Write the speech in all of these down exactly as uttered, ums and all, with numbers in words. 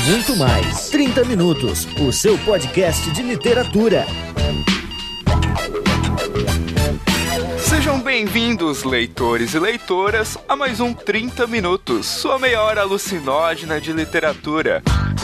muito mais. trinta minutos, o seu podcast de literatura. Sejam bem-vindos, leitores e leitoras, a mais um trinta minutos, sua meia hora alucinógena de literatura.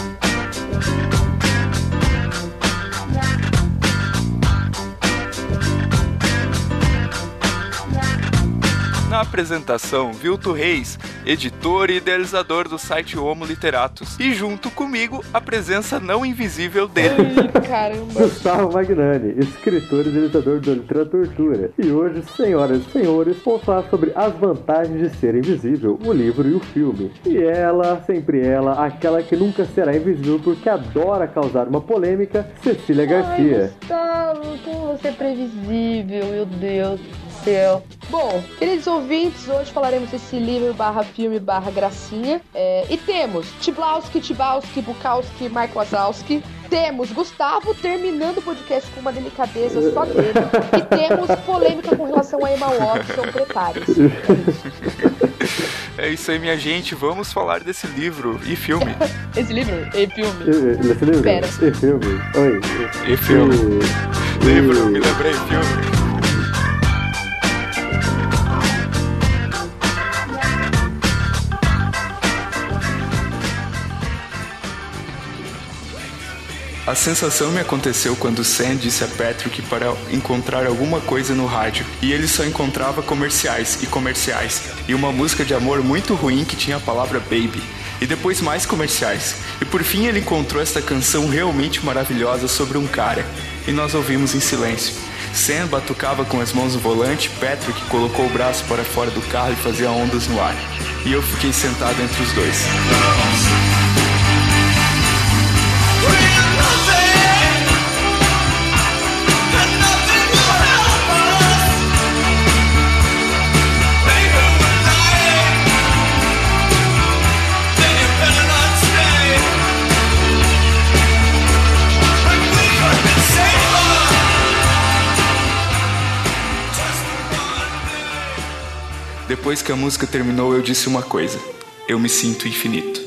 Na apresentação, Vilto Reis, editor e idealizador do site Homo Literatus. E junto comigo, a presença não invisível dele. Ai, caramba. Gustavo Magnani, escritor e idealizador do Literatura. E hoje, senhoras e senhores, vou falar sobre as vantagens de ser invisível, o livro e o filme. E ela, sempre ela, aquela que nunca será invisível porque adora causar uma polêmica, Cecília Garcia. Ai, Gustavo, como você é previsível, meu Deus do céu. Bom, queridos ouvintes, hoje falaremos desse livro barra filme barra gracinha. É, e temos Tiblowski, Tibalski, Bukowski, Mike Wazowski. Temos Gustavo terminando o podcast com uma delicadeza só dele. E temos polêmica com relação a Emma Watson. Prepare-se. É isso aí, minha gente. Vamos falar desse livro e filme. Esse livro e filme. Esse livro Pera. e filme. Oi. E filme. E... Livro, me lembrei, filme. A sensação me aconteceu quando Sam disse a Patrick para encontrar alguma coisa no rádio, e ele só encontrava comerciais e comerciais, e uma música de amor muito ruim que tinha a palavra baby, e depois mais comerciais, e por fim ele encontrou esta canção realmente maravilhosa sobre um cara, e nós ouvimos em silêncio. Sam batucava com as mãos no volante, Patrick colocou o braço para fora do carro e fazia ondas no ar, e eu fiquei sentado entre os dois. Depois que a música terminou, eu disse uma coisa: eu me sinto infinito.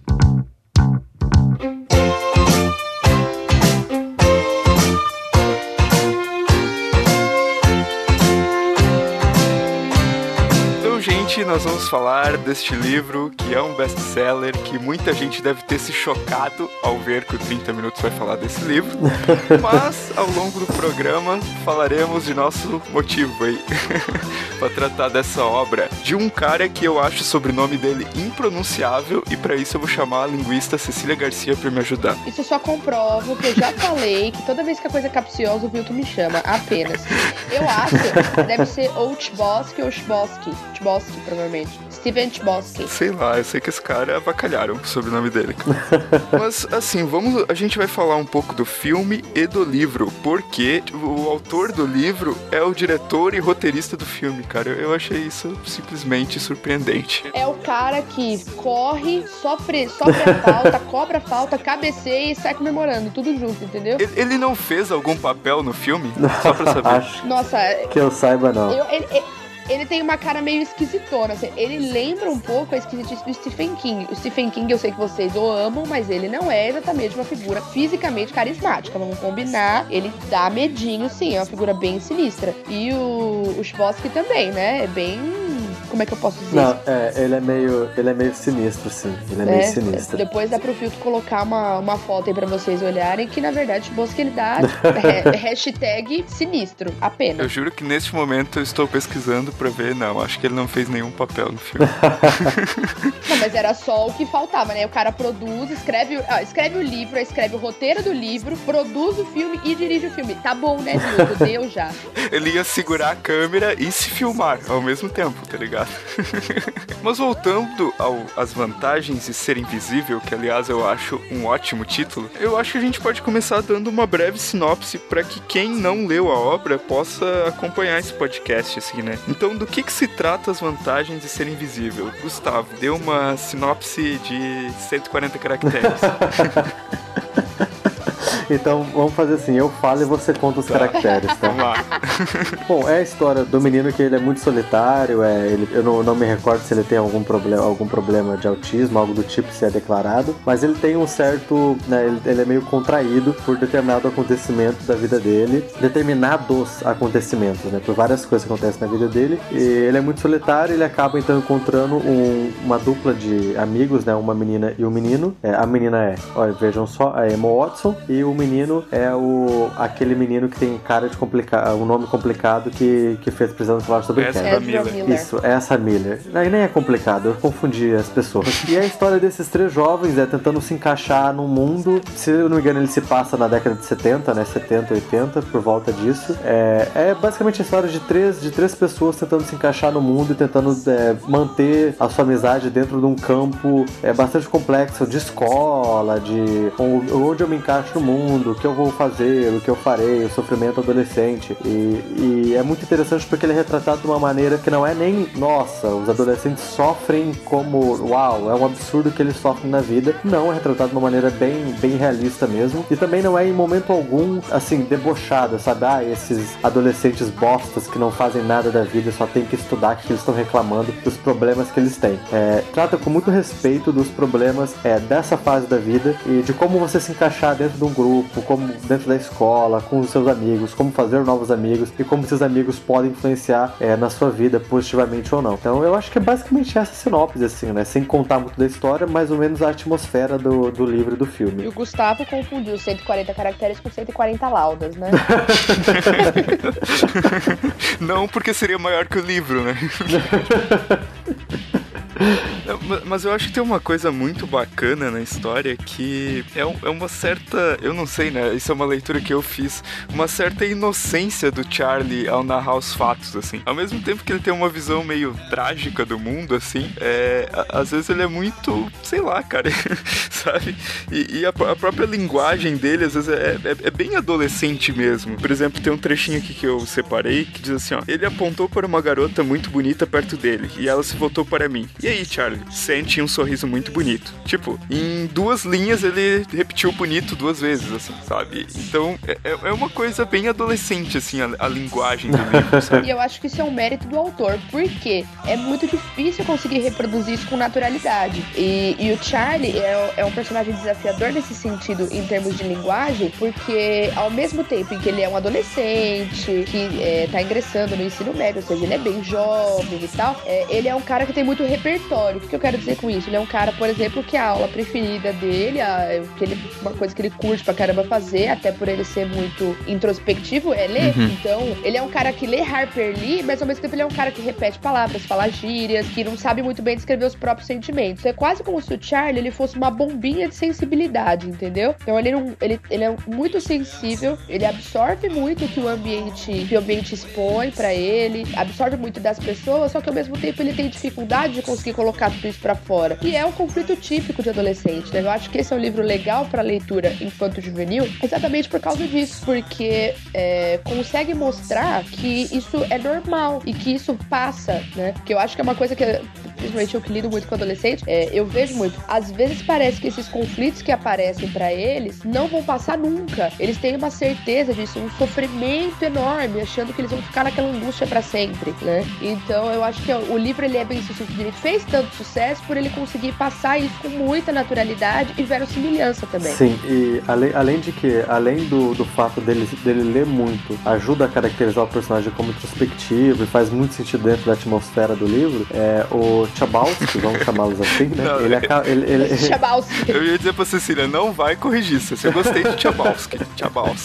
Nós vamos falar deste livro que é um best-seller, que muita gente deve ter se chocado ao ver que o trinta minutos vai falar desse livro, mas ao longo do programa falaremos de nosso motivo aí para tratar dessa obra de um cara que eu acho o sobrenome dele impronunciável, e para isso eu vou chamar a linguista Cecília Garcia para me ajudar. Isso só comprova que eu já falei que toda vez que a coisa é capciosa o Vilto me chama, apenas. Eu acho que deve ser ou Chbosky ou Chbosky. Chbosky, provavelmente. Steven Chbosky. Sei lá, eu sei que esse cara avacalharam o sobrenome dele. Mas, assim, vamos, a gente vai falar um pouco do filme e do livro, porque o autor do livro é o diretor e roteirista do filme, cara. Eu achei isso simplesmente surpreendente. É o cara que corre, sofre, sofre a falta, cobra a falta, cabeceia e sai comemorando, tudo junto, entendeu? Ele, ele não fez algum papel no filme? Só pra saber. Acho Nossa, que eu saiba, não. Eu, ele, ele, ele tem uma cara meio esquisitona, assim, ele lembra um pouco a esquisitice do Stephen King. O Stephen King eu sei que vocês o amam, mas ele não é exatamente uma figura fisicamente carismática, vamos combinar. Ele dá medinho, sim, é uma figura bem sinistra. E o, o Chbosky também, né, é bem... Como é que eu posso dizer Não, isso? é, ele é meio, ele é meio sinistro, sim. Ele é, é meio sinistro. Depois dá pro Filtro colocar uma, uma foto aí pra vocês olharem, que na verdade o Chbosky ele dá é, hashtag sinistro, apenas. Eu juro que neste momento eu estou pesquisando pra ver, não, acho que ele não fez nenhum papel no filme. Não, mas era só o que faltava, né? O cara produz, escreve, ó, escreve o livro, escreve o roteiro do livro, produz o filme e dirige o filme. Tá bom, né, Vilto? Deu já. Ele ia segurar a câmera e se filmar ao mesmo tempo, tá ligado? Mas voltando às vantagens de ser invisível, que aliás eu acho um ótimo título, eu acho que a gente pode começar dando uma breve sinopse para que quem não leu a obra possa acompanhar esse podcast, assim, né? Então, do que que se trata as vantagens de ser invisível? Gustavo, dê uma sinopse de cento e quarenta caracteres. Então vamos fazer assim, eu falo e você conta os tá. caracteres, tá? Vamos lá. Bom, é a história do menino que ele é muito solitário, é, ele, eu não, não me recordo se ele tem algum problema, algum problema de autismo, algo do tipo, se é declarado, mas ele tem um certo, né, ele, ele é meio contraído por determinado acontecimento da vida dele, determinados acontecimentos, né, por várias coisas que acontecem na vida dele, e ele é muito solitário, ele acaba então encontrando um, uma dupla de amigos, né, uma menina e um menino, é, a menina é, olha, vejam só, a Emma Watson, e o menino é o, aquele menino que tem cara de complicado, um nome complicado que, que fez Precisamos Falar sobre essa Ken. Miller. Isso, essa Miller. Aí nem é complicado, eu confundi as pessoas. E a história desses três jovens é tentando se encaixar num mundo, se eu não me engano ele se passa na década de setenta, né, setenta, oitenta, por volta disso. É, é basicamente a história de três, de três pessoas tentando se encaixar no mundo e tentando é, manter a sua amizade dentro de um campo é, bastante complexo de escola, de onde eu me encaixo no mundo, o que eu vou fazer, o que eu farei, o sofrimento adolescente. E, e é muito interessante porque ele é retratado de uma maneira que não é nem, nossa, os adolescentes sofrem como, uau, é um absurdo que eles sofrem na vida. Não, é retratado de uma maneira bem, bem realista mesmo. E também não é em momento algum, assim, debochado, sabe? Ah, esses adolescentes bostas que não fazem nada da vida, só tem que estudar, que eles estão reclamando dos problemas que eles têm. É, trata com muito respeito dos problemas é, dessa fase da vida e de como você se encaixar dentro de um grupo, como dentro da escola, com os seus amigos, como fazer novos amigos e como esses amigos podem influenciar é, na sua vida positivamente ou não. Então eu acho que é basicamente essa sinopse, assim, né? Sem contar muito da história, mais ou menos a atmosfera do, do livro e do filme. E o Gustavo confundiu cento e quarenta caracteres com cento e quarenta laudas, né? Não, porque seria maior que o livro, né? Mas eu acho que tem uma coisa muito bacana na história que é, é uma certa, eu não sei, né, isso é uma leitura que eu fiz, uma certa inocência do Charlie ao narrar os fatos, assim. Ao mesmo tempo que ele tem uma visão meio trágica do mundo, assim, é, às vezes ele é muito, sei lá, cara, sabe? E, e a, a própria linguagem dele, às vezes, é, é, é bem adolescente mesmo. Por exemplo, tem um trechinho aqui que eu separei que diz assim, ó, ele apontou para uma garota muito bonita perto dele e ela se voltou para mim. E aí, Charlie? Sam tinha um sorriso muito bonito. Tipo, em duas linhas ele repetiu bonito duas vezes, assim, sabe? Então, é, é uma coisa bem adolescente, assim, a, a linguagem do livro, sabe? E eu acho que isso é um mérito do autor, porque é muito difícil conseguir reproduzir isso com naturalidade. E, e o Charlie é, é um personagem desafiador nesse sentido, em termos de linguagem, porque ao mesmo tempo em que ele é um adolescente, que é, tá ingressando no ensino médio, ou seja, ele é bem jovem e tal, é, ele é um cara que tem muito repertório. O que eu quero dizer com isso? Ele é um cara, por exemplo, que a aula preferida dele, a, que ele, uma coisa que ele curte pra caramba fazer, até por ele ser muito introspectivo, é ler. Uhum. Então, ele é um cara que lê Harper Lee, mas ao mesmo tempo ele é um cara que repete palavras, fala gírias, que não sabe muito bem descrever os próprios sentimentos. Então, é quase como se o Charlie ele fosse uma bombinha de sensibilidade, entendeu? Então, ele, não, ele, ele é muito sensível, ele absorve muito o que o ambiente, que o ambiente expõe pra ele, absorve muito das pessoas, só que ao mesmo tempo ele tem dificuldade de conseguir colocar tudo isso pra fora. E é um conflito típico de adolescente, né? Eu acho que esse é um livro legal pra leitura infanto-juvenil exatamente por causa disso, porque é, consegue mostrar que isso é normal e que isso passa, né? Que eu acho que é uma coisa que, principalmente eu que lido muito com adolescente, é, eu vejo muito. Às vezes parece que esses conflitos que aparecem pra eles não vão passar nunca. Eles têm uma certeza disso, um sofrimento enorme, achando que eles vão ficar naquela angústia pra sempre, né? Então eu acho que o livro ele é bem sucedido. Ele fez tanto sucesso por ele conseguir passar isso com muita naturalidade e verossimilhança também. Sim, e além, além de que, além do, do fato dele, dele ler muito, ajuda a caracterizar o personagem como introspectivo e faz muito sentido dentro da atmosfera do livro, é, o Chabowski, vamos chamá-los assim, né? Não, ele acaba, ele, ele... Chabowski. Eu ia dizer pra Cecília, não vai corrigir isso. Eu gostei de Chabowski. Chabowski.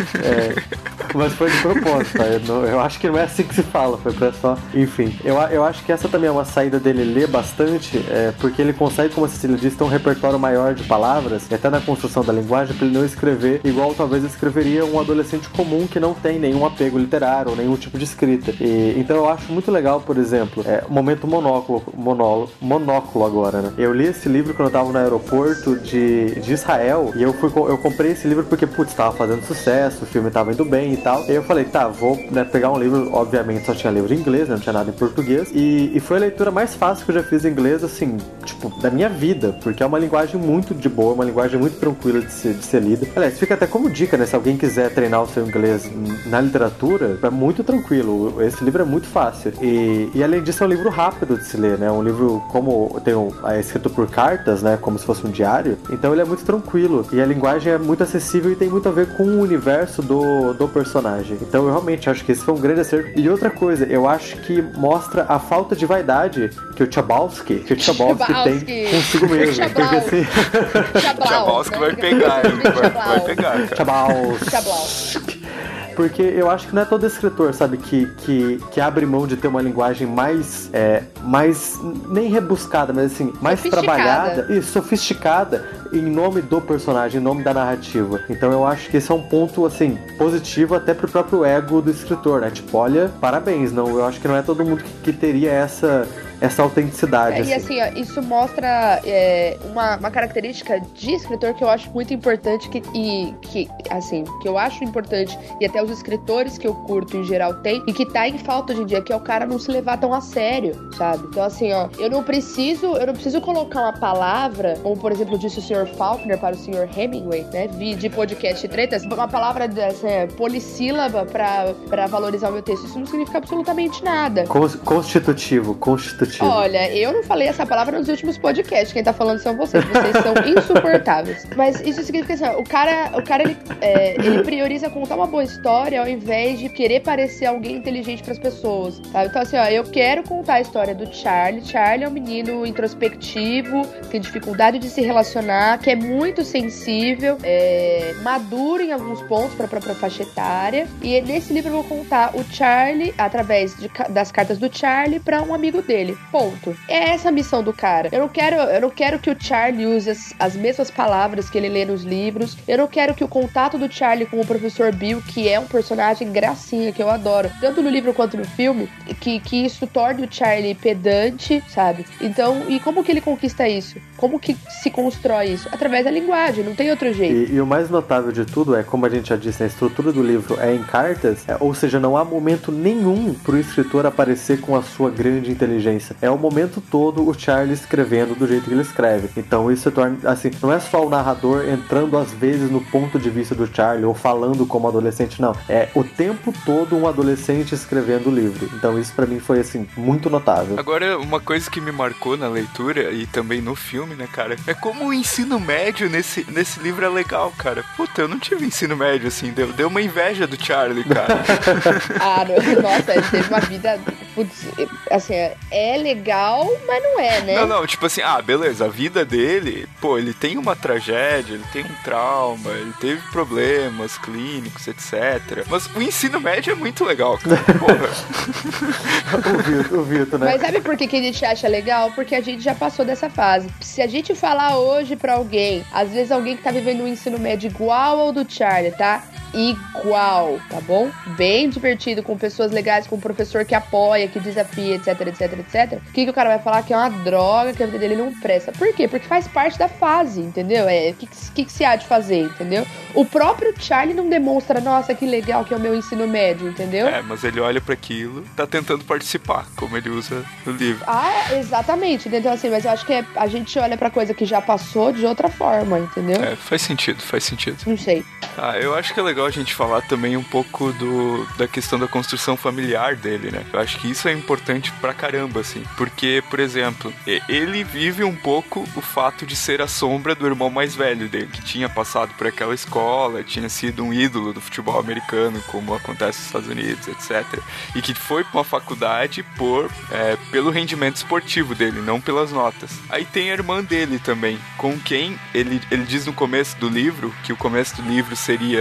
É, mas foi de propósito, tá? Eu, não, eu acho que não é assim que se fala, foi pra só... Enfim, eu, eu acho que essa também é uma saída dele ler bastante, é, porque ele consegue, como a Cecília disse, ter um repertório maior de palavras, e até na construção da linguagem, pra ele não escrever igual talvez escreveria um adolescente comum que não tem nenhum apego literário ou nenhum tipo de escrita. E, então eu acho muito legal, por exemplo, é, o momento monóculo, monólogo, monóculo agora, né? Eu li esse livro quando eu tava no aeroporto de, de Israel e eu, fui, eu comprei esse livro porque, putz, tava fazendo sucesso, o filme tava indo bem e tal. E eu falei, tá, vou né, pegar um livro, obviamente só tinha livro em inglês, né, não tinha nada em português. E, e foi a leitura mais fácil que eu já fiz em inglês, assim, tipo, da minha vida, porque é uma linguagem muito de boa, uma linguagem muito tranquila de ser, de ser lida. Aliás, fica até como dica, né? Se alguém quiser treinar o seu inglês na literatura, é muito tranquilo. Esse livro é muito fácil. E, e além disso, é um livro rápido de se ler, né? Um livro, como tem um, é escrito por cartas, né? Como se fosse um diário. Então ele é muito tranquilo. E a linguagem é muito acessível e tem muito a ver com o universo do, do personagem. Então eu realmente acho que esse foi um grande acerto. E outra coisa, eu acho que mostra a falta de vaidade que o Chabalski, que o Chabalski tem consigo mesmo. Porque assim... Chabalski vai pegar, hein? Vai, vai pegar, cara. Chabalski. Porque eu acho que não é todo escritor, sabe, que, que, que abre mão de ter uma linguagem mais, é, mais, nem rebuscada, mas assim, mais trabalhada e sofisticada em nome do personagem, em nome da narrativa. Então eu acho que esse é um ponto, assim, positivo até pro próprio ego do escritor, né? Tipo, olha, parabéns, não, eu acho que não é todo mundo que, que teria essa... essa autenticidade. É, assim. E assim, ó, isso mostra é, uma, uma característica de escritor que eu acho muito importante que, e que, assim, que eu acho importante e até os escritores que eu curto em geral têm e que tá em falta hoje em dia, que é o cara não se levar tão a sério, sabe? Então assim, ó, eu não preciso, eu não preciso colocar uma palavra, como por exemplo disse o senhor Faulkner para o senhor Hemingway, né? Vi de podcast tretas, uma palavra dessa é, polissílaba pra, pra valorizar o meu texto. Isso não significa absolutamente nada. Constitutivo, constitutivo. Olha, eu não falei essa palavra nos últimos podcasts. Quem tá falando são vocês. Vocês são insuportáveis. Mas isso significa assim, o cara, o cara ele, é, ele prioriza contar uma boa história ao invés de querer parecer alguém inteligente pras pessoas, sabe? Então assim, ó, eu quero contar a história do Charlie. Charlie é um menino introspectivo, tem dificuldade de se relacionar, que é muito sensível, é, maduro em alguns pontos pra própria faixa etária. E nesse livro eu vou contar o Charlie através de, das cartas do Charlie pra um amigo dele. Ponto. É essa a missão do cara. Eu não quero, eu não quero que o Charlie use as, as mesmas palavras que ele lê nos livros. Eu não quero que o contato do Charlie com o professor Bill, que é um personagem gracinha, que eu adoro, tanto no livro quanto no filme, que, que isso torne o Charlie pedante, sabe? Então, e como que ele conquista isso? Como que se constrói isso? Através da linguagem, não tem outro jeito. E, e o mais notável de tudo é, como a gente já disse, a estrutura do livro é em cartas, é, ou seja, não há momento nenhum pro escritor aparecer com a sua grande inteligência. É o momento todo o Charlie escrevendo do jeito que ele escreve. Então isso se torna, assim, não é só o narrador entrando às vezes no ponto de vista do Charlie ou falando como adolescente, não. É o tempo todo um adolescente escrevendo o livro. Então isso pra mim foi, assim, muito notável. Agora, uma coisa que me marcou na leitura e também no filme, né, cara, é como o ensino médio nesse, nesse livro é legal, cara. Puta, eu não tive ensino médio, assim, deu, deu uma inveja do Charlie, cara. Ah, não, nossa, ele teve uma vida, putz, assim, é legal, mas não é, né? Não, não, tipo assim, ah, beleza, a vida dele, pô, ele tem uma tragédia, ele tem um trauma, ele teve problemas clínicos, etcétera. Mas o ensino médio é muito legal, cara, porra. o Vitor, o Vitor, né? Mas sabe por que, que a gente acha legal? Porque a gente já passou dessa fase. Se a gente falar hoje pra alguém, às vezes alguém que tá vivendo um ensino médio igual ao do Charlie, tá? Igual, tá bom? Bem divertido, com pessoas legais, com um professor que apoia, que desafia, etc, etc, etcétera. O que, que o cara vai falar? Que é uma droga, que a vida dele não presta. Por quê? Porque faz parte da fase, entendeu? É, o que, que, que se há de fazer, entendeu? O próprio Charlie não demonstra, nossa, que legal que é o meu ensino médio, entendeu? É, mas ele olha pra aquilo, tá tentando participar, como ele usa no livro. Ah, exatamente, então assim, mas eu acho que é, a gente olha pra coisa que já passou de outra forma, entendeu? É, faz sentido, faz sentido. Não sei. Ah, eu acho que é legal a gente falar também um pouco do, da questão da construção familiar dele, né? Eu acho que isso é importante pra caramba, assim. Porque, por exemplo, ele vive um pouco o fato de ser a sombra do irmão mais velho dele, que tinha passado por aquela escola, tinha sido um ídolo do futebol americano, como acontece nos Estados Unidos, etcétera. E que foi pra uma faculdade por, é, pelo rendimento esportivo dele, não pelas notas. Aí tem a irmã dele também, com quem ele, ele diz no começo do livro, que o começo do livro seria, sei lá,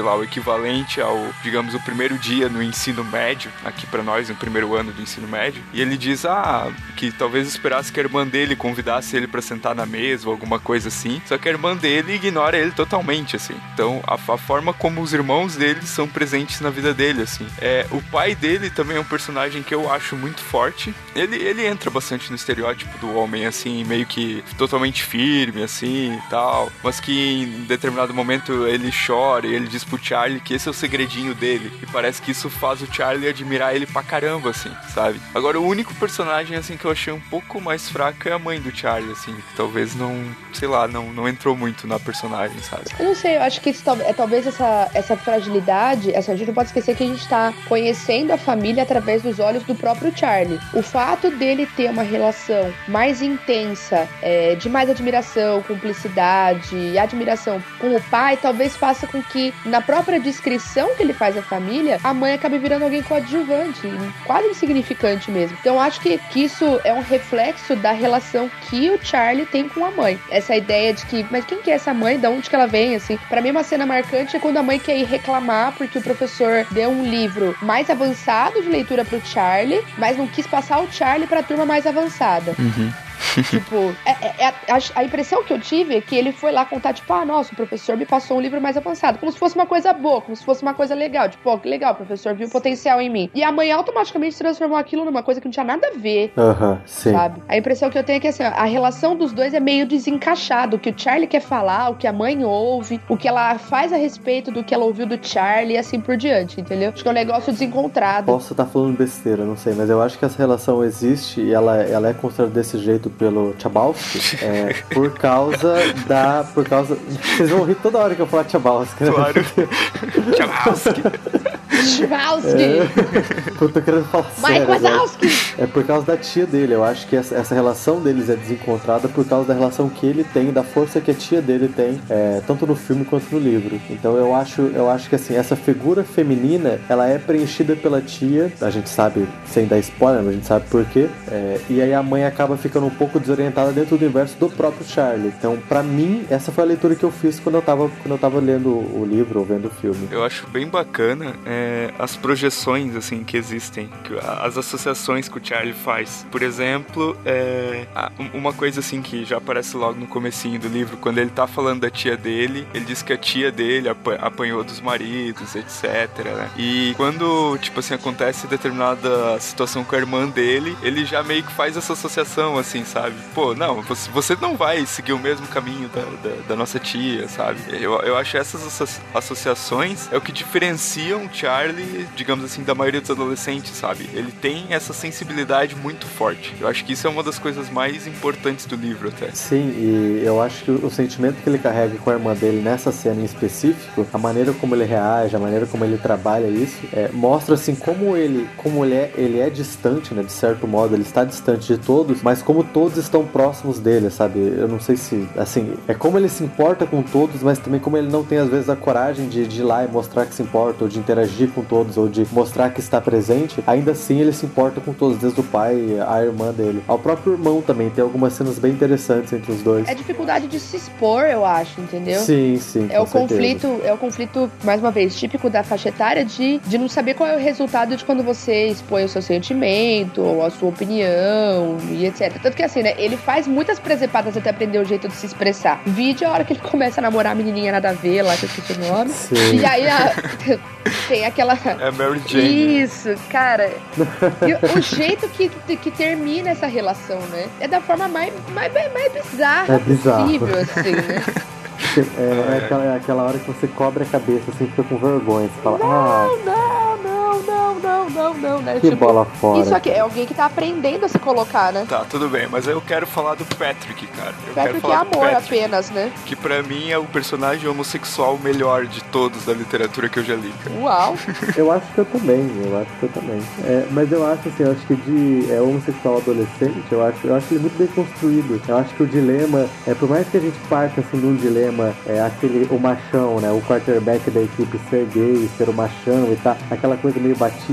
lá, o equivalente ao, digamos, o primeiro dia no ensino médio, aqui pra nós, no primeiro ano do ensino médio, e ele diz, ah, que talvez esperasse que a irmã dele convidasse ele pra sentar na mesa ou alguma coisa assim, só que a irmã dele ignora ele totalmente, assim. Então, a, a forma como os irmãos dele são presentes na vida dele, assim. É, o pai dele também é um personagem que eu acho muito forte. Ele, ele entra bastante no estereótipo do homem, assim, meio que totalmente firme, assim, e tal, mas que em determinado momento ele chora e ele diz pro Charlie que esse é o segredinho dele, e parece que isso faz o Charlie admirar ele pra caramba, assim, sabe? Agora, o único personagem, assim, que eu achei um pouco mais fraco é a mãe do Charlie, assim, que talvez não, sei lá, não, não entrou muito na personagem, sabe? Eu não sei, eu acho que isso, é, talvez essa, essa fragilidade, essa, a gente não pode esquecer que a gente tá conhecendo a família através dos olhos do próprio Charlie. O fato dele ter uma relação mais intensa, é, de mais admiração, cumplicidade e admiração com o pai, talvez faça com que, na própria descrição que ele faz da família, a mãe acabe virando alguém coadjuvante, quase insignificante mesmo. Então, eu acho que, que isso é um reflexo da relação que o Charlie tem com a mãe. Essa ideia de que, mas quem que é essa mãe? Da onde que ela vem, assim? Pra mim, uma cena marcante é quando a mãe quer ir reclamar porque o professor deu um livro mais avançado de leitura pro Charlie, mas não quis passar o Charlie pra turma mais avançada. Uhum. Tipo, é, é, a, a impressão que eu tive é que ele foi lá contar, tipo, ah, nossa, o professor me passou um livro mais avançado, como se fosse uma coisa boa, como se fosse uma coisa legal, tipo, ó, que legal, o professor viu potencial em mim. E a mãe automaticamente transformou aquilo numa coisa que não tinha nada a ver. Aham, uhum, sim. Sabe? A impressão que eu tenho é que, assim, a relação dos dois é meio desencaixada. O que o Charlie quer falar, o que a mãe ouve, o que ela faz a respeito do que ela ouviu do Charlie e assim por diante, entendeu? Acho que é um negócio desencontrado. Posso estar falando besteira, não sei, mas eu acho que essa relação existe e ela, ela é construída desse jeito pelo Chabalski, é, por causa da... por causa... Vocês vão rir toda hora que eu falar Chabalski, né? Claro. Chabalski. Chabalski. É, eu tô querendo falar Mike sério. Wazowski. Né? É por causa da tia dele. Eu acho que essa, essa relação deles é desencontrada por causa da relação que ele tem, da força que a tia dele tem, é, tanto no filme quanto no livro. Então eu acho, eu acho que assim, essa figura feminina, ela é preenchida pela tia, a gente sabe, sem dar spoiler, mas a gente sabe por quê, é, e aí a mãe acaba ficando um pouco desorientada dentro do universo do próprio Charlie. Então, pra mim, essa foi a leitura que eu fiz quando eu tava, quando eu tava lendo o livro ou vendo o filme. Eu acho bem bacana é, as projeções, assim, que existem, que, as associações que o Charlie faz. Por exemplo, é, uma coisa, assim, que já aparece logo no comecinho do livro, quando ele tá falando da tia dele, ele diz que a tia dele apanhou dos maridos, etcétera, né? E quando, tipo assim, acontece determinada situação com a irmã dele, ele já meio que faz essa associação, assim, sabe? Pô, não, você não vai seguir o mesmo caminho da, da, da nossa tia, sabe? Eu, eu acho essas associações é o que diferenciam o Charlie, digamos assim, da maioria dos adolescentes, sabe? Ele tem essa sensibilidade muito forte. Eu acho que isso é uma das coisas mais importantes do livro, até. Sim, e eu acho que o sentimento que ele carrega com a irmã dele nessa cena em específico, a maneira como ele reage, a maneira como ele trabalha isso, é, mostra, assim, como ele, como ele é, ele é distante, né? De certo modo, ele está distante de todos, mas como todos estão próximos dele, sabe? Eu não sei se, assim, é como ele se importa com todos, mas também como ele não tem, às vezes, a coragem de, de ir lá e mostrar que se importa, ou de interagir com todos, ou de mostrar que está presente, ainda assim ele se importa com todos, desde o pai, a irmã dele. Ao próprio irmão também, tem algumas cenas bem interessantes entre os dois. É a dificuldade de se expor, eu acho, entendeu? Sim, sim, é o conflito, é o conflito, mais uma vez, típico da faixa etária de, de não saber qual é o resultado de quando você expõe o seu sentimento, ou a sua opinião, e etcétera. Tanto que, assim, né, ele faz muitas presepadas até aprender o jeito de se expressar. Vídeo a hora que ele começa a namorar a menininha nada a ver lá, que eu esqueci o nome. Sim. E aí a, tem aquela... É a Mary Jane. Isso, cara. E o jeito que, que termina essa relação, né? É da forma mais, mais, mais bizarra é bizarro. possível, assim, né? É, é, aquela, é aquela hora que você cobre a cabeça, assim, fica com vergonha. Você fala, não, ah... não, não, não, não, não, não, né? Que tipo, bola fora. Isso aqui é alguém que tá aprendendo a se colocar, né? Tá, tudo bem, mas eu quero falar do Patrick, cara. Eu Patrick quero falar é amor do Patrick, apenas, né? que pra mim é o personagem homossexual melhor de todos da literatura que eu já li, cara. Uau! Eu acho que eu também, eu acho que eu também. É, mas eu acho assim, eu acho que de é, homossexual adolescente, eu acho, eu acho ele muito bem construído. Eu acho que o dilema, é, por mais que a gente parta assim de um dilema, é aquele, o machão, né? O quarterback da equipe ser gay, ser o machão e tal, aquela coisa meio batida do cara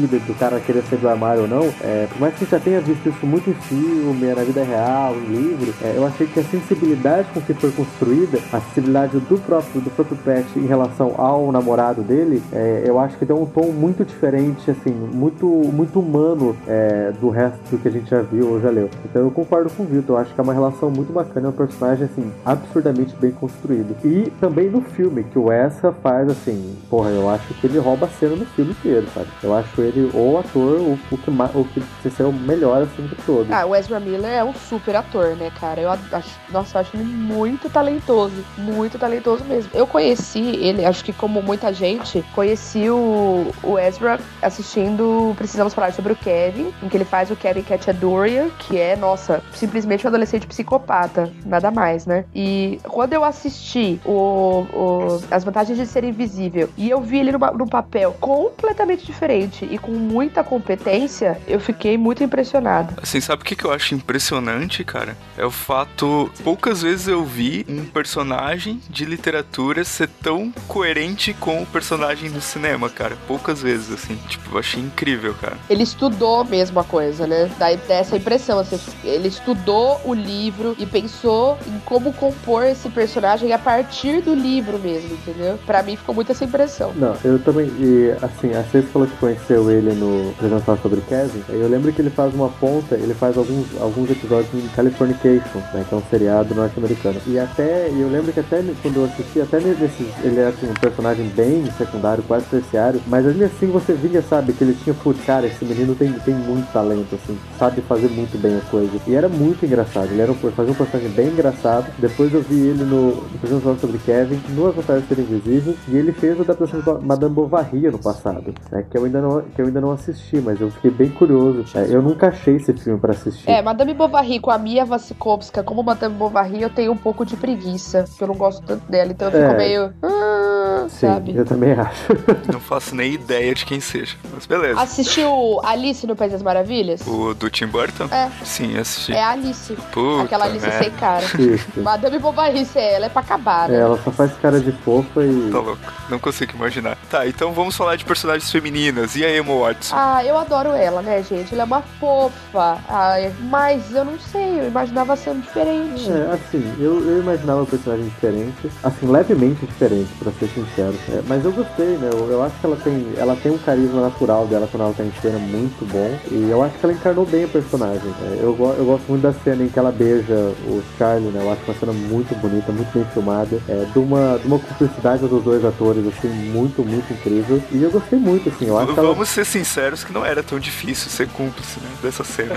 cara querer sair do armário ou não, é, por mais que a gente já tenha visto isso muito em filme, na vida real, em livro, é, eu achei que a sensibilidade com que foi construída, a sensibilidade do próprio, do próprio Pat em relação ao namorado dele, é, eu acho que deu um tom muito diferente, assim, muito, muito humano é, do resto do que a gente já viu ou já leu. Então eu concordo com o Vitor, eu acho que é uma relação muito bacana, é um personagem, assim, absurdamente bem construído. E também no filme, que o Ezra faz, assim, porra, eu acho que ele rouba a cena no filme inteiro, sabe? Eu acho ele o ator, o, o que, o que se é o melhor, assim, de todo. Ah, o Ezra Miller é um super ator, né, cara? Eu acho, nossa, eu acho ele muito talentoso, muito talentoso mesmo. Eu conheci ele, acho que como muita gente, conheci o, o Ezra assistindo Precisamos Falar sobre o Kevin, em que ele faz o Kevin Cacciatore, que é, nossa, simplesmente um adolescente psicopata, nada mais, né? E quando eu assisti o, o, As Vantagens de Ser Invisível e eu vi ele numa, num papel completamente diferente e com muita competência, eu fiquei muito impressionado. Assim, sabe o que, que eu acho impressionante, cara? É o fato, poucas vezes eu vi um personagem de literatura ser tão coerente com o personagem do cinema, cara. Poucas vezes, assim. Tipo, eu achei incrível, cara. Ele estudou mesmo a coisa, né? Dá essa impressão, assim. Ele estudou o livro e pensou em como compor esse personagem a partir do livro mesmo, entendeu? Pra mim ficou muito essa impressão. Não, eu também, e assim, a Cês falou que conheceu ele no Precisamos sobre Kevin, eu lembro que ele faz uma ponta, ele faz alguns, alguns episódios em Californication, né, que é um seriado norte-americano. E até, eu lembro que até quando eu assisti, até nesses, ele é assim, um personagem bem secundário, quase terciário, mas ainda assim você via, sabe, que ele tinha, putz, cara, esse menino tem, tem muito talento, assim, sabe fazer muito bem a coisa. E era muito engraçado, ele era um, fazia um personagem bem engraçado. Depois eu vi ele no, no Precisamos Falar sobre Kevin, no As Vantagens de Ser Invisível, e ele fez a adaptação de Madame Bovary no passado, né, que, eu ainda não, que eu ainda não assisti, mas eu fiquei bem curioso. Né, eu nunca achei esse filme pra assistir. É, Madame Bovary com a Mia Wasikowska como Madame Bovary, eu tenho um pouco de preguiça, porque eu não gosto tanto dela, então eu fico é. meio... Ah, Sim, sabe? eu também acho. Não faço nem ideia de quem seja, mas beleza. Assistiu Alice no País das Maravilhas? O do Tim Burton? É. Sim, assisti. É a Alice. Puta Aquela Alice merda. sem cara. Isso. Madame Bovary, ela é pra acabar, né? É, ela só faz cara de fofa e... Tá louco, não consigo imaginar. Tá, então vamos falar de personagens femininas. E a Emma Watson? Ah, eu adoro ela, né, gente? Ela é uma fofa. Ai, mas eu não sei, eu imaginava sendo diferente. É, assim, eu, eu imaginava o personagem diferente, assim, levemente diferente, pra ser sincero. É, mas eu gostei, né? Eu, eu acho que ela tem, ela tem um carisma natural dela quando ela tá em cena muito bom. E eu acho que ela encarnou bem o personagem. É, eu, eu gosto muito da cena em que ela beija o Charlie, né? Eu acho uma cena muito bonita, muito bem filmada. É, de uma, de uma cumplicidade dos dois atores, assim, muito, muito incrível. E eu gostei muito, assim. Eu acho que ela... Vamos ser sinceros que não era tão difícil ser cúmplice, né, dessa cena.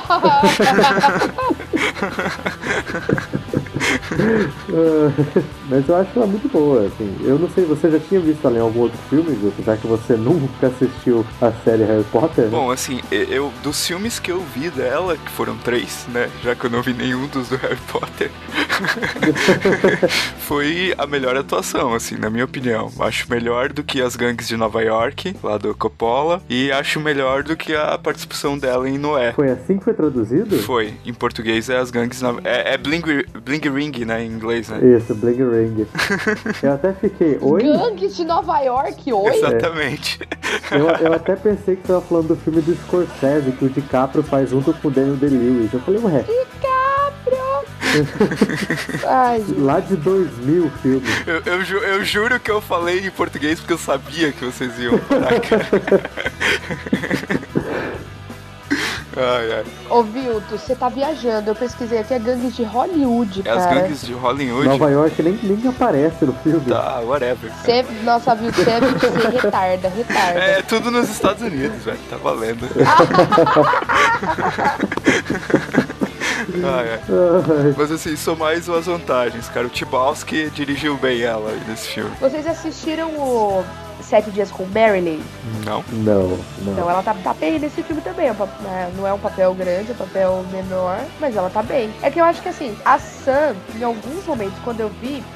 uh, mas eu acho ela muito boa, assim. Eu não sei, você já tinha visto ela em algum outro filme, Vitor? Já que você nunca assistiu a série Harry Potter, né? Bom, assim, eu, dos filmes que eu vi dela, que foram três, né, já que eu não vi nenhum dos do Harry Potter, foi a melhor atuação, assim, na minha opinião. Acho melhor do que As Gangues de Nova York, lá do Coppola, e acho melhor do que a participação dela em Noé. Foi assim que foi traduzido? Foi. Em português é As Gangues... Na... É, é Bling, Bling Ring, né, em inglês, né? Isso, Bling Ring. Eu até fiquei... Oi? Gangues de Nova York, oi? Exatamente. É. Eu, eu até pensei que você tava falando do filme do Scorsese, que o DiCaprio faz junto com o Daniel Day-Lewis. Eu falei, ué... DiCaprio! Ai, lá de dois mil o filme. Eu, eu, ju, eu juro que eu falei em português porque eu sabia que vocês iam parar, cara. Ai, ai. Ô, Vilto, você tá viajando. Eu pesquisei aqui, é Gangues de Hollywood, É cara. As Gangues de Hollywood. Nova York nem, nem aparece no filme. Tá, whatever. Cê, nossa, Vilto, você é retarda, retarda. É, tudo nos Estados Unidos, velho. Tá valendo. Ah, é. Mas assim, são mais as vantagens, cara. O Tchaikovsky dirigiu bem ela aí nesse filme. Vocês assistiram o Sete Dias com Marilyn? Não. Não, não. Então ela tá, tá bem nesse filme também. Não é um papel grande, é um papel menor, mas ela tá bem. É que eu acho que assim, a Sam, em alguns momentos, quando eu vi,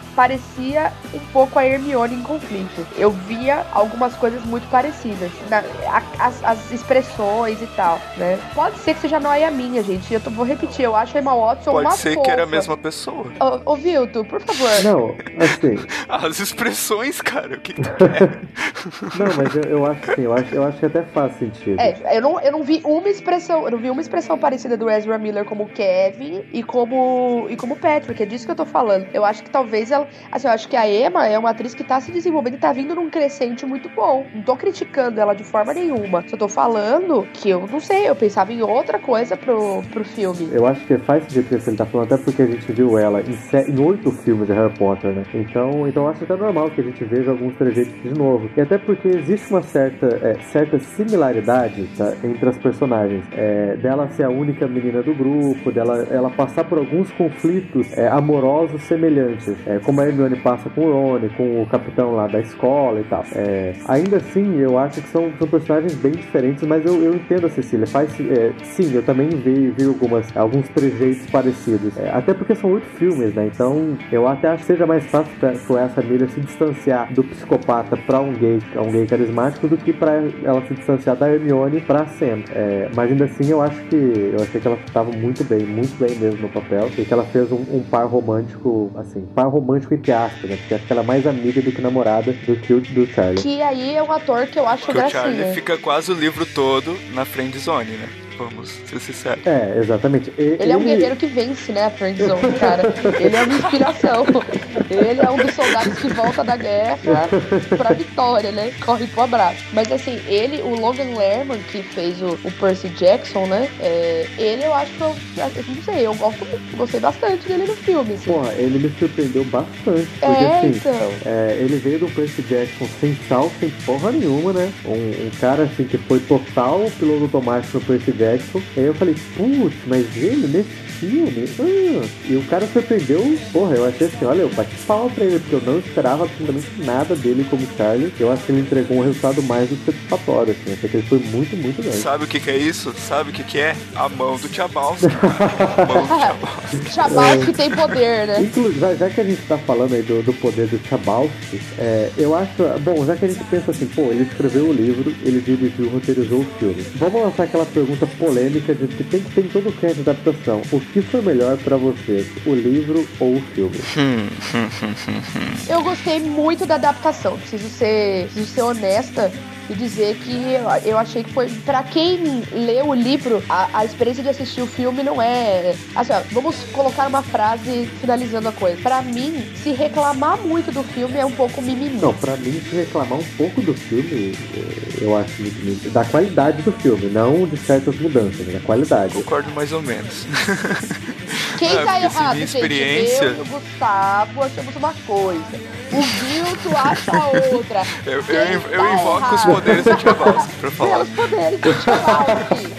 parecia um pouco a Hermione em conflito. Eu via algumas coisas muito parecidas. Na, a, as, as expressões e tal, né? Pode ser que seja noia minha, gente. Eu tô, vou repetir, eu acho a Emma Watson Pode uma ser fofa. que era a mesma pessoa. Ô, ô Vilto, por favor. Não, assim... As expressões, cara, o que que tu quer? Não, mas eu, eu acho assim, eu acho, eu acho que até faz sentido. É, eu não, eu não vi uma expressão, eu não vi uma expressão parecida do Ezra Miller como Kevin e como, e como Patrick, é disso que eu tô falando. Eu acho que talvez ela, assim, eu acho que a Emma é uma atriz que tá se desenvolvendo e tá vindo num crescente muito bom. Não tô criticando ela de forma nenhuma, só tô falando que eu não sei, eu pensava em outra coisa pro, pro filme. Eu acho que faz sentido que ele tá falando, até porque a gente viu ela em, se, em oito filmes de Harry Potter, né? Então, então eu acho até normal que a gente veja alguns trejeitos de novo. E até porque existe uma certa, é, certa similaridade, tá, entre as personagens. É, dela ser a única menina do grupo, dela ela passar por alguns conflitos é, amorosos semelhantes. É, como a Hermione passa com o Ron, com o capitão lá da escola e tal. É, ainda assim, eu acho que são, são personagens bem diferentes, mas eu, eu entendo a Cecília. Faz, é, sim, eu também vi, vi algumas, alguns trejeitos parecidos. É, até porque são oito filmes, né? Então, eu até acho que seja mais fácil pra, pra essa Mira se distanciar do psicopata pra um gay, um gay carismático, do que pra ela se distanciar da Hermione pra Sam. É, mas ainda assim, eu acho que eu achei que ela estava muito bem, muito bem mesmo no papel, e que ela fez um, um par romântico, assim, par romântico entre aspas, né? Porque acho que ela é mais amiga do que namorada do que o do Charlie. Que aí é um ator que eu acho Porque gracinha. o Charlie fica quase o livro todo na friendzone, né? Vamos ser sinceros. É, exatamente. E, ele é um guerreiro que vence, né, a friendzone, cara. Ele é uma inspiração. Ele é um dos soldados que volta da guerra pra vitória, né? Corre pro abraço. Mas assim, ele, o Logan Lerman, que fez o, o Percy Jackson, né? É, ele eu acho que eu, eu não sei, eu gosto, gostei bastante dele no filme. Assim. Porra, ele me surpreendeu bastante. Porque é, assim, então. é, ele veio do Percy Jackson sem sal, sem porra nenhuma, né? Um, um cara assim que foi total piloto automático no Percy Jackson. Aí eu falei, putz, mas ele nesse filme? Ah. E o cara surpreendeu, porra, eu achei assim, olha, eu bati pau pra ele, porque eu não esperava absolutamente nada dele como Charlie. Eu acho que ele entregou um resultado mais do que satisfatório, assim. Achei que ele foi muito, muito bem. Sabe o que que é isso? Sabe o que que é? A mão do Tchabalski. A mão do Tchabalski. Tchabalski tem poder, né? Inclusive, já, já que a gente tá falando aí do, do poder do Tchabalski, é, eu acho, bom, já que a gente pensa assim, pô, ele escreveu o livro, ele dirigiu, roteirizou o filme. Vamos lançar aquela pergunta polêmica de que tem que ter em todo canto de adaptação. O que foi melhor pra vocês, o livro ou o filme? Eu gostei muito da adaptação, preciso ser, preciso ser honesta e dizer que eu achei que foi, pra quem leu o livro, a, a experiência de assistir o filme não é, assim, ó, vamos colocar uma frase finalizando a coisa. Pra mim, se reclamar muito do filme é um pouco mimimi. Não, pra mim, se reclamar um pouco do filme, eu acho muito, da qualidade do filme, não de certas mudanças, da qualidade. Concordo mais ou menos. Quem ah, tá errado, minha gente? experiência... Eu e o Gustavo achamos uma coisa. O Vilto acha outra. Eu, Quem eu, eu, tá eu invoco errado? os poderes do Tchabalski pra falar. Pelos poderes do Tchabalski.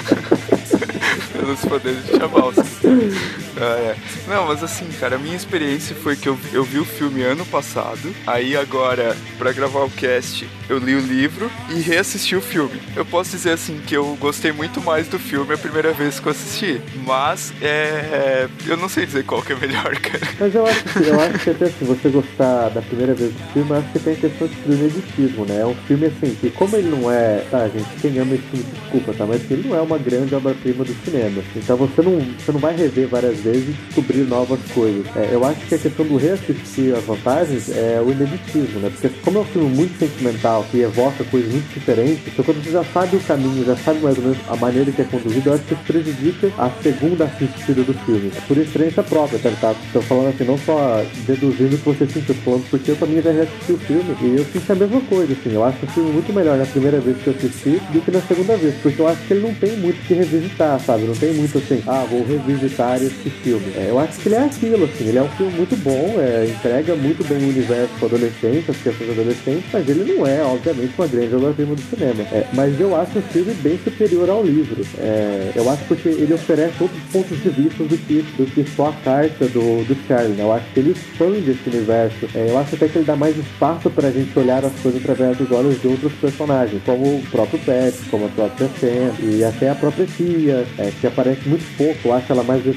Pelos poderes do Tchabalski. Ah, é. Não, mas assim, cara, a minha experiência foi que eu, eu vi o filme ano passado. Aí agora, pra gravar o cast, eu li o livro e reassisti o filme. Eu posso dizer assim que eu gostei muito mais do filme a primeira vez que eu assisti. Mas é. Eu não sei dizer qual que é melhor, cara. Mas eu acho que, eu acho que até se você gostar da primeira vez do filme, eu acho que tem a questão de ineditismo, né? É um filme assim, que como ele não é. Tá, gente, quem ama esse filme, desculpa, tá? Mas ele não é uma grande obra-prima do cinema. Então você não, você não vai rever várias vezes e descobrir novas coisas. É, eu acho que a questão do reassistir as vantagens é o ineditismo, né? Porque como é um filme muito sentimental, que evoca coisas muito diferentes, então quando você já sabe o caminho, já sabe mais ou menos a maneira que é conduzido, eu acho que isso prejudica a segunda assistida do filme. É por experiência própria, tá? tá? Tô falando assim, não só deduzindo o que você sentiu, tô falando porque eu também já reassisti o filme e eu senti a mesma coisa, assim. Eu acho o filme muito melhor na primeira vez que eu assisti do que na segunda vez, porque eu acho que ele não tem muito o que revisitar, sabe? Não tem muito assim, ah, vou revisitar esse filme. É, eu acho que ele é aquilo, assim, ele é um filme muito bom, é, entrega muito bem o universo com adolescente, as questões adolescentes, mas ele não é, obviamente, uma grande obra-prima do cinema. É, mas eu acho o filme bem superior ao livro. É, eu acho porque ele oferece outros pontos de vista do que, do que só a carta do, do Charlie, né? Eu acho que ele expande esse universo. É, eu acho até que ele dá mais espaço pra gente olhar as coisas através dos olhos de outros personagens, como o próprio Pet, como a própria Sam, e até a própria tia, é, que aparece muito pouco. Eu acho ela mais desenvolvida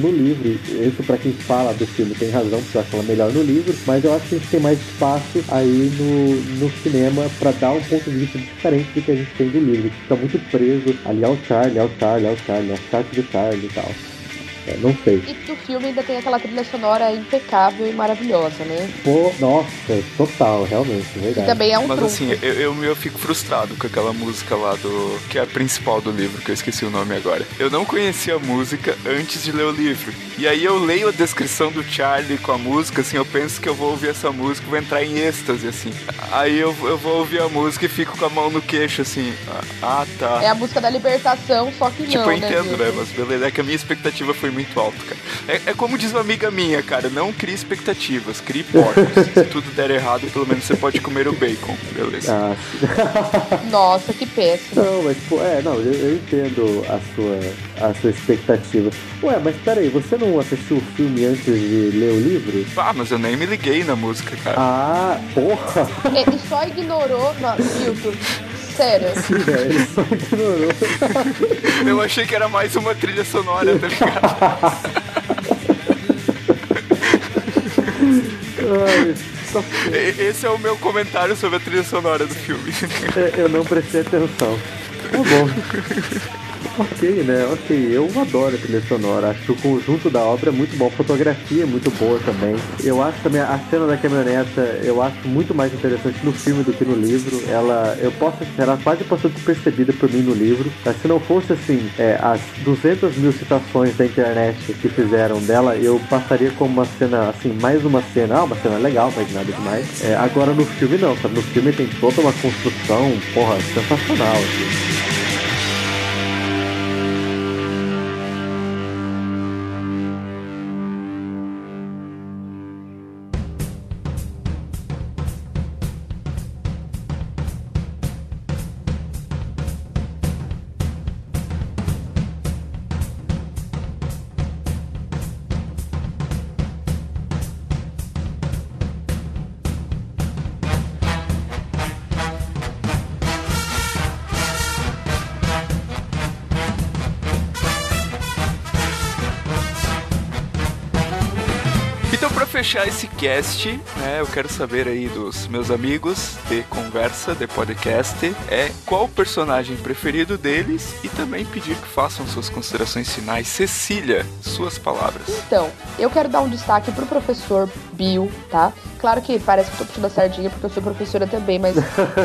no livro, isso pra quem fala do filme tem razão, porque eu acho ela melhor no livro, mas eu acho que a gente tem mais espaço aí no, no cinema pra dar um ponto de vista diferente do que a gente tem do livro, que fica muito preso ali ao Charlie, ao Charlie, ao Charlie, ao Charlie do Charlie e tal. É, não sei. E do filme ainda tem aquela trilha sonora impecável e maravilhosa, né? Pô, nossa, total, realmente, verdade. E também é um Mas trunfo. assim, eu, eu, eu fico frustrado com aquela música lá do... que é a principal do livro, que eu esqueci o nome agora. Eu não conhecia a música antes de ler o livro. E aí eu leio a descrição do Charlie com a música, assim, eu penso que eu vou ouvir essa música e vou entrar em êxtase, assim. Aí eu, eu vou ouvir a música e fico com a mão no queixo, assim. Ah, tá. É a música da libertação, só que tipo, não, eu entendo, né? né? Mas beleza, é que a minha expectativa foi muito alta, cara. É, é como diz uma amiga minha, cara, não crie expectativas, crie porcos. Se tudo der errado, pelo menos você pode comer o bacon, beleza. Ah, Nossa, que péssimo. não, mas pô, é, não, eu, eu entendo a sua, a sua expectativa. Ué, mas peraí, você não assistiu o filme antes de ler o livro? Ah, mas eu nem me liguei na música, cara. Ah, porra! Ele só ignorou... Não, Milton, sério. Sim, velho, ele só ignorou. Eu achei que era mais uma trilha sonora, tá ligado? Ai, só... Esse é o meu comentário sobre a trilha sonora do filme. Eu não prestei atenção. Tá bom. Ok, né? Ok, eu adoro a trilha sonora. Acho que o conjunto da obra é muito bom. A fotografia é muito boa também. Eu acho também a cena da caminhoneta, eu acho muito mais interessante no filme do que no livro. Ela, eu posso, ela quase passou despercebida por mim no livro. Mas se não fosse assim, é, as duzentas mil citações da internet que fizeram dela, eu passaria como uma cena, assim, mais uma cena. Ah, uma cena legal, mas nada demais. É, agora no filme não, sabe? No filme tem toda uma construção, porra, sensacional, assim. Fechar esse cast, né, eu quero saber aí dos meus amigos de conversa, de podcast, é qual o personagem preferido deles e também pedir que façam suas considerações finais. Cecília, suas palavras. Então, eu quero dar um destaque pro professor Bill, tá? Claro que parece que eu tô puxando a sardinha porque eu sou professora também, mas...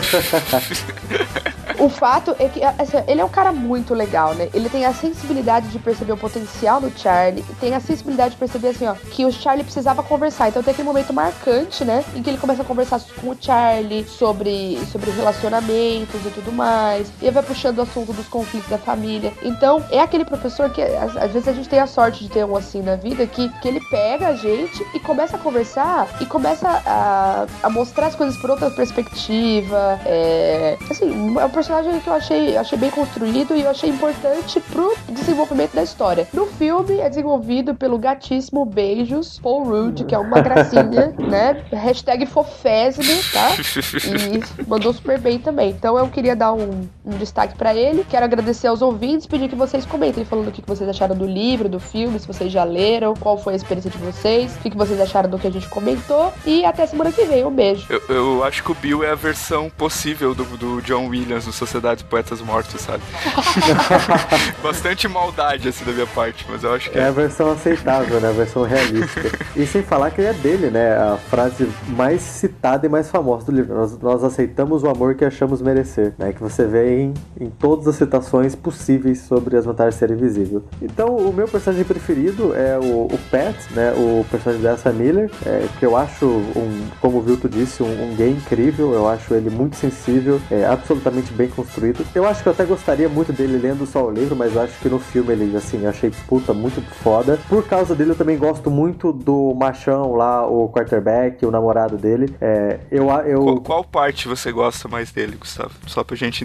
O fato é que assim, ele é um cara muito legal, né? Ele tem a sensibilidade de perceber o potencial do Charlie e tem a sensibilidade de perceber, assim, ó, que o Charlie precisava conversar. Então tem aquele momento marcante, né? Em que ele começa a conversar com o Charlie sobre, sobre relacionamentos e tudo mais. E ele vai puxando o assunto dos conflitos da família. Então, é aquele professor que, às, às vezes, a gente tem a sorte de ter um assim na vida, que, que ele pega a gente e começa a conversar e começa a, a mostrar as coisas por outra perspectiva. É, assim, é um personagem que eu achei, achei bem construído e eu achei importante pro desenvolvimento da história. No filme é desenvolvido pelo gatíssimo Beijos, Paul Rudd, que é uma gracinha, né? Hashtag fofésimo, tá? E mandou super bem também. Então eu queria dar um, um destaque pra ele. Quero agradecer aos ouvintes, pedir que vocês comentem falando o que vocês acharam do livro, do filme, se vocês já leram, qual foi a experiência de vocês, o que vocês acharam do que a gente comentou. E até semana que vem. Um beijo. Eu, eu acho que o Bill é a versão possível do, do John Williams no Sociedade de Poetas Mortos, sabe? Bastante maldade, assim, da minha parte, mas eu acho que... É a versão aceitável, né? A versão realista. E sem falar que é dele, né? A frase mais citada e mais famosa do livro. Nós, nós aceitamos o amor que achamos merecer, né? Que você vê em, em todas as citações possíveis sobre as vantagens de ser invisível. Então, o meu personagem preferido é o, o Pat, né? O personagem da Essa Miller, é, que eu acho, um, como o Vilto disse, um, um gay incrível. Eu acho ele muito sensível, é, absolutamente bem construído. Eu acho que eu até gostaria muito dele lendo só o livro, mas eu acho que no filme ele, assim, eu achei, puta, muito foda. Por causa dele, eu também gosto muito do machão lá, o quarterback, o namorado dele. É, eu, eu... Qual, qual parte você gosta mais dele, Gustavo? Só pra gente entender.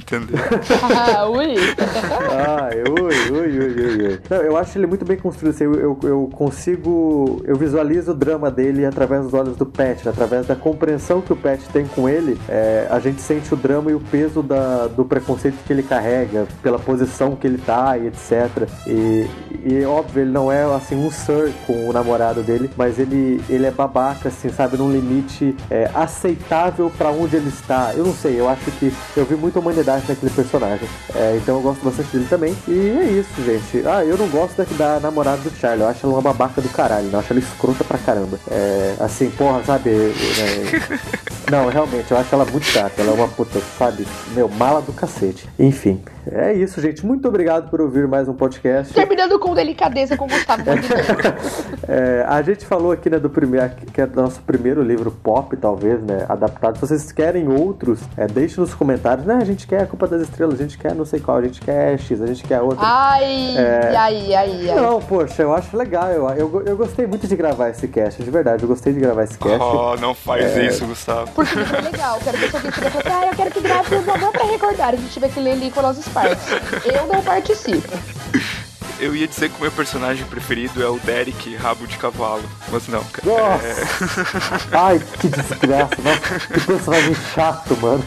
Ah, ui. Ai, ui, ui, ui, ui, ui. Não, eu acho ele muito bem construído. Assim, eu, eu, eu consigo. Eu visualizo o drama dele através dos olhos do Pat, né? Através da compreensão que o Pat tem com ele. É, a gente sente o drama e o peso da, do preconceito que ele carrega, pela posição que ele tá e etcétera. E, e óbvio, ele não é assim um sir com o namorado dele, mas ele, ele é babaca, assim, sabe? Num limite é, aceitável pra onde ele está. Eu não sei, eu acho que eu vi muita humanidade naquele personagem. É, então eu gosto bastante dele também. E é isso, gente. Ah, eu não gosto da, da namorada do Charlie. Eu acho ela uma babaca do caralho. Eu acho ela escrota pra caramba. É, assim, porra, sabe? É, não, realmente, eu acho ela muito chata. Ela é uma puta, sabe? Meu, mala do cacete. Enfim, é isso, gente. Muito obrigado por ouvir mais um podcast. Terminando com delicadeza com o Gustavo. é, a gente falou aqui, né, do primeiro, que é do nosso primeiro livro pop, talvez, né, adaptado. Se vocês querem outros, é, deixe nos comentários. Né, a gente quer a Culpa das Estrelas, a gente quer não sei qual, a gente quer X, a gente quer outra. Ai, é... ai, ai, ai. Não, poxa, eu acho legal. Eu, eu, eu gostei muito de gravar esse cast, de verdade. Eu gostei de gravar esse cast. Oh, não faz é... isso, Gustavo. Porque é legal. Quero ver se alguém tiver falando, ah, eu quero que grave o Blá pra recordar. A gente tiver que ler Nicholas Sparks. Eu não participo. Eu ia dizer que o meu personagem preferido é o Derek, rabo de cavalo. Mas não, cara. Nossa! É... Ai, que desgraça. Nossa, que personagem chato, mano.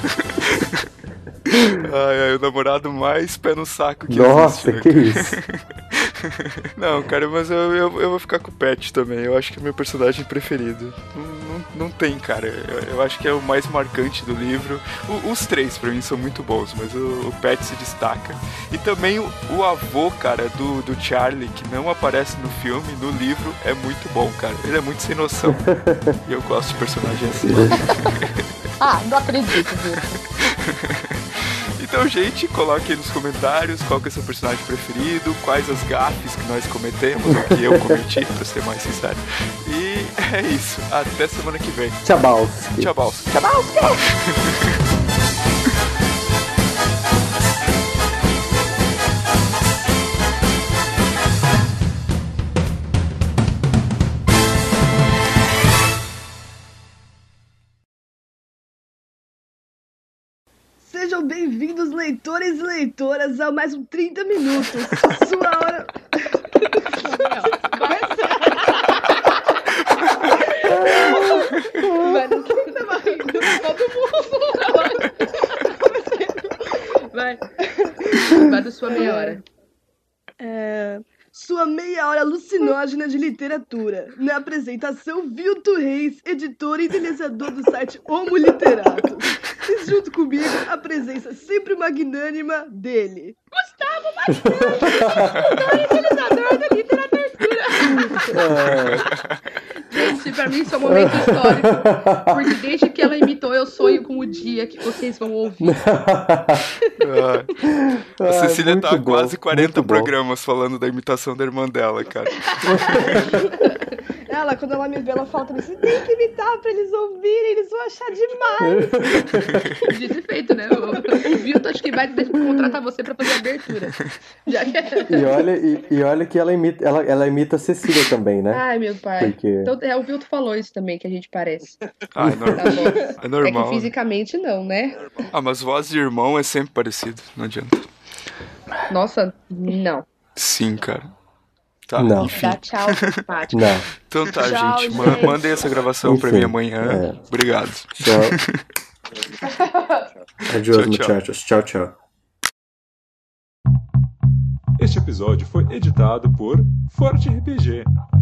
Ai, ai, o namorado mais pé no saco que Nossa, existe. que isso. Não, cara, mas eu, eu, eu vou ficar com o Pat também. Eu acho que é meu personagem preferido. Não, não, não tem, cara. Eu, eu acho que é o mais marcante do livro. O, os três, pra mim, são muito bons, mas o, o Pat se destaca. E também o, o avô, cara, do, do Charlie, que não aparece no filme, no livro, é muito bom, cara. Ele é muito sem noção. E eu gosto de personagem assim. Ah, não acredito, viu? Então, gente, coloque aí nos comentários qual que é o seu personagem preferido, quais as gafes que nós cometemos, ou que eu cometi, pra ser mais sincero. E é isso. Até semana que vem. Tchabalski. Tchabalski. Tchabalski! Sejam bem-vindos, leitores e leitoras, a mais um trinta minutos. Sua hora... Vai, não tava rindo, todo mundo. Vai. Vai da sua meia hora. É... Sua meia hora alucinógena de literatura. Na apresentação, Vilto Reis, editor e idealizador do site Homo Literato. E junto comigo, a presença sempre magnânima dele. Gustavo Magnânimo, idealizador da literatura. Gente, pra mim isso é um momento histórico. Porque desde que ela imitou Eu Sonho com o Dia, que vocês vão ouvir. Ah, a Cecília muito tá há bom, quase quarenta muito bom. programas falando da imitação da irmã dela, cara. Ela, quando ela me vê, ela fala também, você tem que imitar pra eles ouvirem, eles vão achar demais. Dito e feito, né? O Vilto acho que vai contratar você pra fazer a abertura. Já que é. E olha, e, e olha que ela imita, ela, ela imita a Cecília também, né? Ai, meu pai. Porque... Então, é, o Vilto falou isso também, que a gente parece. Ah, é normal. Tá bom. É normal. É que fisicamente não, né? Ah, mas voz de irmão é sempre parecido, não adianta. Nossa, não. Sim, cara. Tá, Não. enfim. Dá tchau, simpático. Não. Então tá, Tchau, gente. gente. Ma- mandem essa gravação pra Enfim, mim amanhã. é. Obrigado. Tchau. Adiós, Tchau, tchau. muchachos. Tchau, tchau. Este episódio foi editado por Forte R P G.